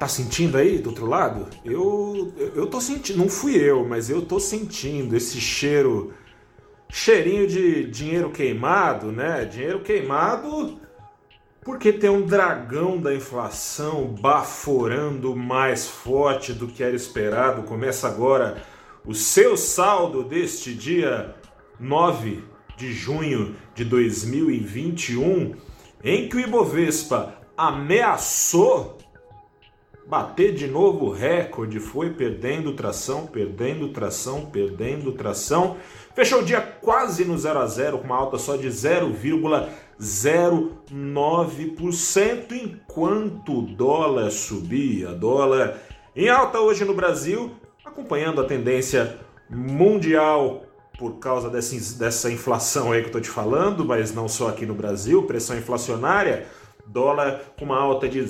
Tá sentindo aí do outro lado? Eu tô sentindo, não fui eu, mas eu tô sentindo esse cheirinho de dinheiro queimado, né? Dinheiro queimado porque tem um dragão da inflação baforando mais forte do que era esperado. Começa agora o seu saldo deste dia 9 de junho de 2021, em que o Ibovespa ameaçou bater de novo o recorde, foi perdendo tração, fechou o dia quase no 0 a 0, com uma alta só de 0,09%, enquanto o dólar subia. Dólar em alta hoje no Brasil, acompanhando a tendência mundial por causa dessa inflação aí que eu estou te falando, mas não só aqui no Brasil, pressão inflacionária. Dólar com uma alta de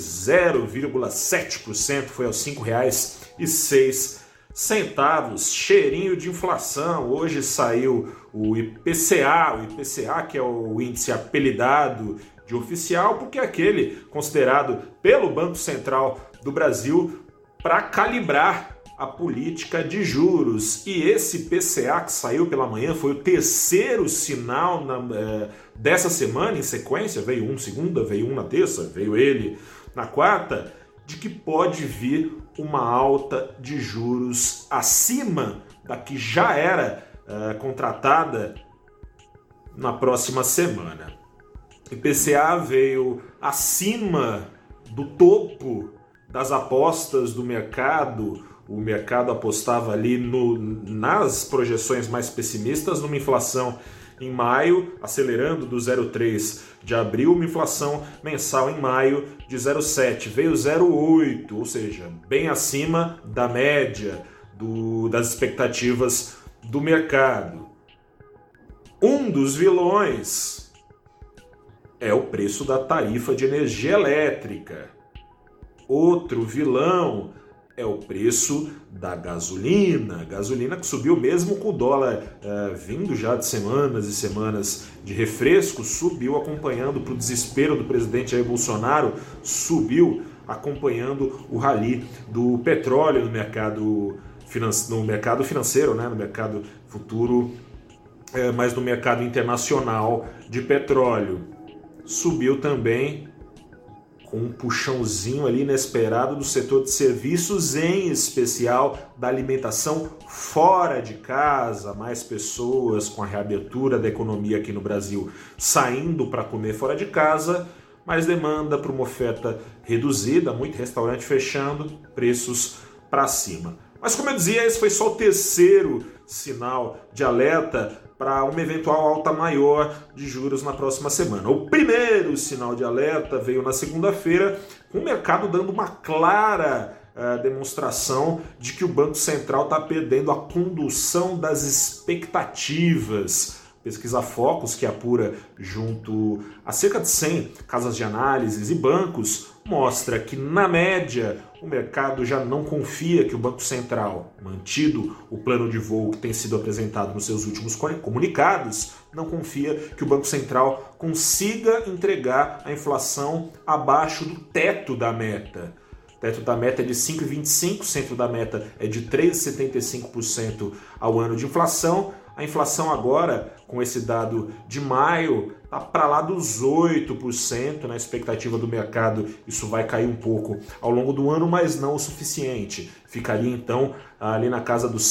0,7%, foi aos R$ 5,06. Cheirinho de inflação. Hoje saiu o IPCA, que é o índice apelidado de oficial, porque é aquele considerado pelo Banco Central do Brasil para calibrar a política de juros. E esse IPCA que saiu pela manhã foi o terceiro sinal dessa semana em sequência. Veio um segunda, veio um na terça, veio ele na quarta, de que pode vir uma alta de juros acima da que já era contratada na próxima semana. IPCA veio acima do topo das apostas do mercado. O mercado apostava ali nas projeções mais pessimistas numa inflação em maio, acelerando do 0,3 de abril, uma inflação mensal em maio de 0,7. Veio 0,8, ou seja, bem acima da média das expectativas do mercado. Um dos vilões é o preço da tarifa de energia elétrica. Outro vilão é o preço da gasolina. Gasolina que subiu mesmo com o dólar vindo já de semanas e semanas de refresco, subiu acompanhando, para o desespero do presidente Jair Bolsonaro, subiu acompanhando o rally do petróleo no mercado financeiro, né? No mercado futuro, mas no mercado internacional de petróleo. Subiu também com um puxãozinho ali inesperado do setor de serviços, em especial da alimentação fora de casa. Mais pessoas, com a reabertura da economia aqui no Brasil, saindo para comer fora de casa, mais demanda para uma oferta reduzida, muito restaurante fechando, preços para cima. Mas como eu dizia, esse foi só o terceiro sinal de alerta para uma eventual alta maior de juros na próxima semana. O primeiro sinal de alerta veio na segunda-feira, com o mercado dando uma clara demonstração de que o Banco Central está perdendo a condução das expectativas. Pesquisa Focus, que apura junto a cerca de 100 casas de análises e bancos, mostra que, na média, o mercado já não confia que o Banco Central, mantido o plano de voo que tem sido apresentado nos seus últimos comunicados, não confia que o Banco Central consiga entregar a inflação abaixo do teto da meta. O teto da meta é de 5,25%, o centro da meta é de 3,75% ao ano de inflação. A inflação agora, com esse dado de maio, está para lá dos 8%, na expectativa do mercado. Isso vai cair um pouco ao longo do ano, mas não o suficiente. Ficaria então ali na casa dos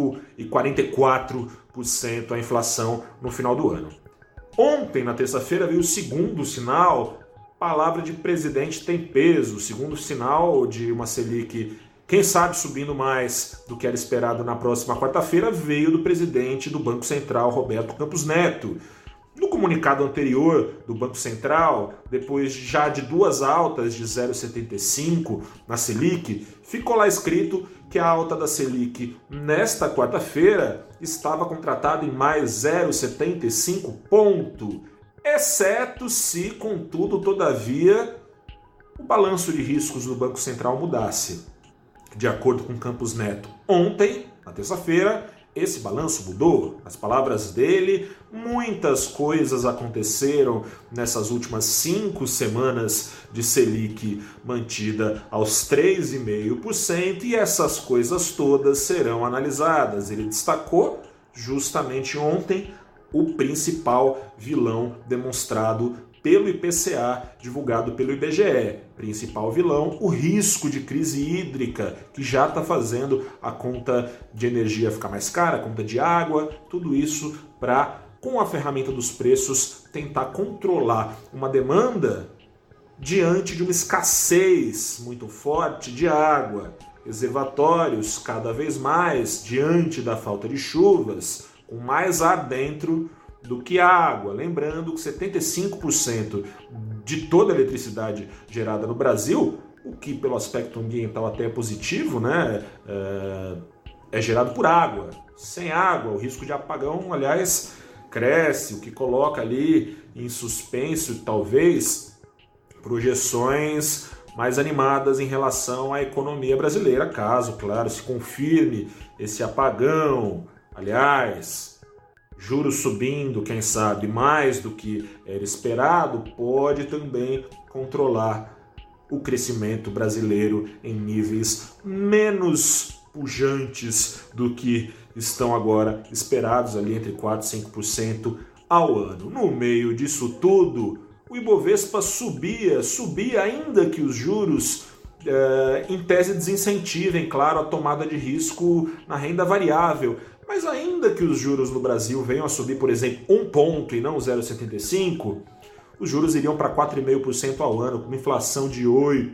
5,44% a inflação no final do ano. Ontem, na terça-feira, veio o segundo sinal. Palavra de presidente tem peso. O segundo sinal de uma Selic, quem sabe subindo mais do que era esperado na próxima quarta-feira, veio do presidente do Banco Central, Roberto Campos Neto. No comunicado anterior do Banco Central, depois já de duas altas de 0,75 na Selic, ficou lá escrito que a alta da Selic nesta quarta-feira estava contratada em mais 0,75 ponto, exceto se, contudo, todavia, o balanço de riscos do Banco Central mudasse. De acordo com Campos Neto, ontem, na terça-feira, esse balanço mudou? Nas palavras dele, muitas coisas aconteceram nessas últimas 5 semanas de Selic mantida aos 3,5% e essas coisas todas serão analisadas. Ele destacou justamente ontem o principal vilão demonstrado pelo IPCA, divulgado pelo IBGE. Principal vilão, o risco de crise hídrica, que já está fazendo a conta de energia ficar mais cara, a conta de água, tudo isso para, com a ferramenta dos preços, tentar controlar uma demanda diante de uma escassez muito forte de água. Reservatórios cada vez mais diante da falta de chuvas, com mais ar dentro do que água. Lembrando que 75% de toda a eletricidade gerada no Brasil, o que pelo aspecto ambiental até é positivo, né, é gerado por água. Sem água, o risco de apagão, aliás, cresce, o que coloca ali em suspenso, talvez, projeções mais animadas em relação à economia brasileira, caso, claro, se confirme esse apagão. Aliás, juros subindo, quem sabe, mais do que era esperado, pode também controlar o crescimento brasileiro em níveis menos pujantes do que estão agora esperados, ali entre 4% e 5% ao ano. No meio disso tudo, o Ibovespa subia ainda que os juros, em tese, desincentivem, claro, a tomada de risco na renda variável. Mas ainda que os juros no Brasil venham a subir, por exemplo, 1 ponto e não 0,75%, os juros iriam para 4,5% ao ano, com uma inflação de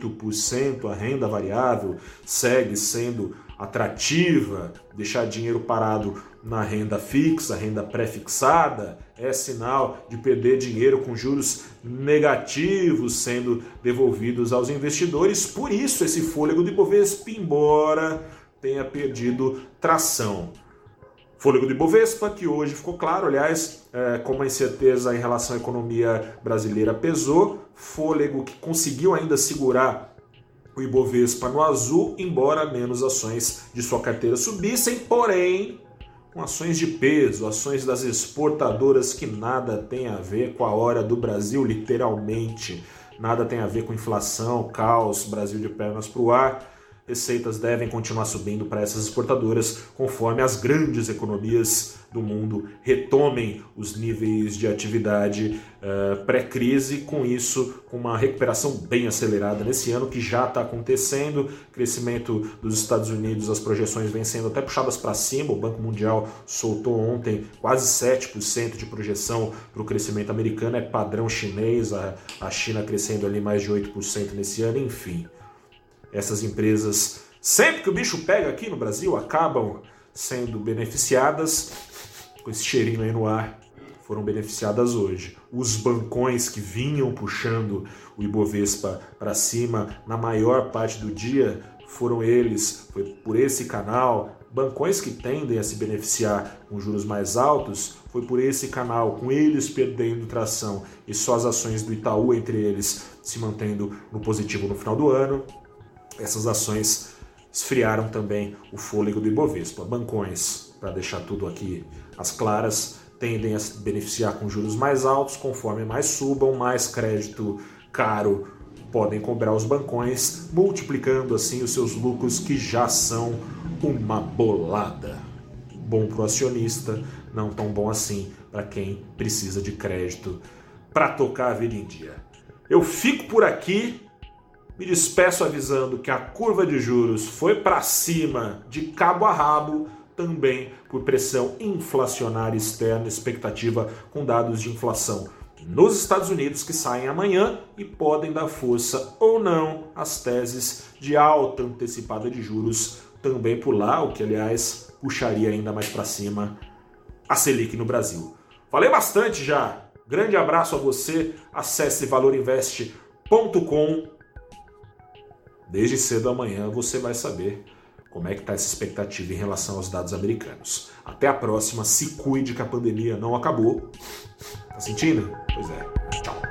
8%, a renda variável segue sendo atrativa. Deixar dinheiro parado na renda fixa, renda pré-fixada, é sinal de perder dinheiro com juros negativos sendo devolvidos aos investidores. Por isso, esse fôlego do Ibovespa, embora tenha perdido tração. Fôlego do Ibovespa, que hoje ficou claro, aliás, como a incerteza em relação à economia brasileira pesou, fôlego que conseguiu ainda segurar o Ibovespa no azul, embora menos ações de sua carteira subissem, porém, com ações de peso, ações das exportadoras que nada tem a ver com a hora do Brasil, literalmente, nada tem a ver com inflação, caos, Brasil de pernas para o ar. Receitas devem continuar subindo para essas exportadoras conforme as grandes economias do mundo retomem os níveis de atividade pré-crise, com isso, com uma recuperação bem acelerada nesse ano, que já está acontecendo. Crescimento dos Estados Unidos, as projeções vêm sendo até puxadas para cima. O Banco Mundial soltou ontem quase 7% de projeção para o crescimento americano, é padrão chinês, a China crescendo ali mais de 8% nesse ano, enfim. Essas empresas, sempre que o bicho pega aqui no Brasil, acabam sendo beneficiadas, com esse cheirinho aí no ar, foram beneficiadas hoje. Os bancões que vinham puxando o Ibovespa para cima na maior parte do dia, foram eles, foi por esse canal. Bancões que tendem a se beneficiar com juros mais altos, foi por esse canal, com eles perdendo tração e só as ações do Itaú, entre eles, se mantendo no positivo no final do ano. Essas ações esfriaram também o fôlego do Ibovespa. Bancões, para deixar tudo aqui às claras, tendem a se beneficiar com juros mais altos, conforme mais subam, mais crédito caro podem cobrar os bancões, multiplicando assim os seus lucros, que já são uma bolada. Bom para o acionista, não tão bom assim para quem precisa de crédito para tocar a vida em dia. Eu fico por aqui. Me despeço avisando que a curva de juros foi para cima de cabo a rabo, também por pressão inflacionária externa, expectativa com dados de inflação nos Estados Unidos que saem amanhã e podem dar força ou não às teses de alta antecipada de juros também por lá, o que aliás puxaria ainda mais para cima a Selic no Brasil. Falei bastante já. Grande abraço a você. Acesse valorinvest.com. Desde cedo amanhã você vai saber como é que está essa expectativa em relação aos dados americanos. Até a próxima. Se cuide que a pandemia não acabou. Tá sentindo? Pois é. Tchau.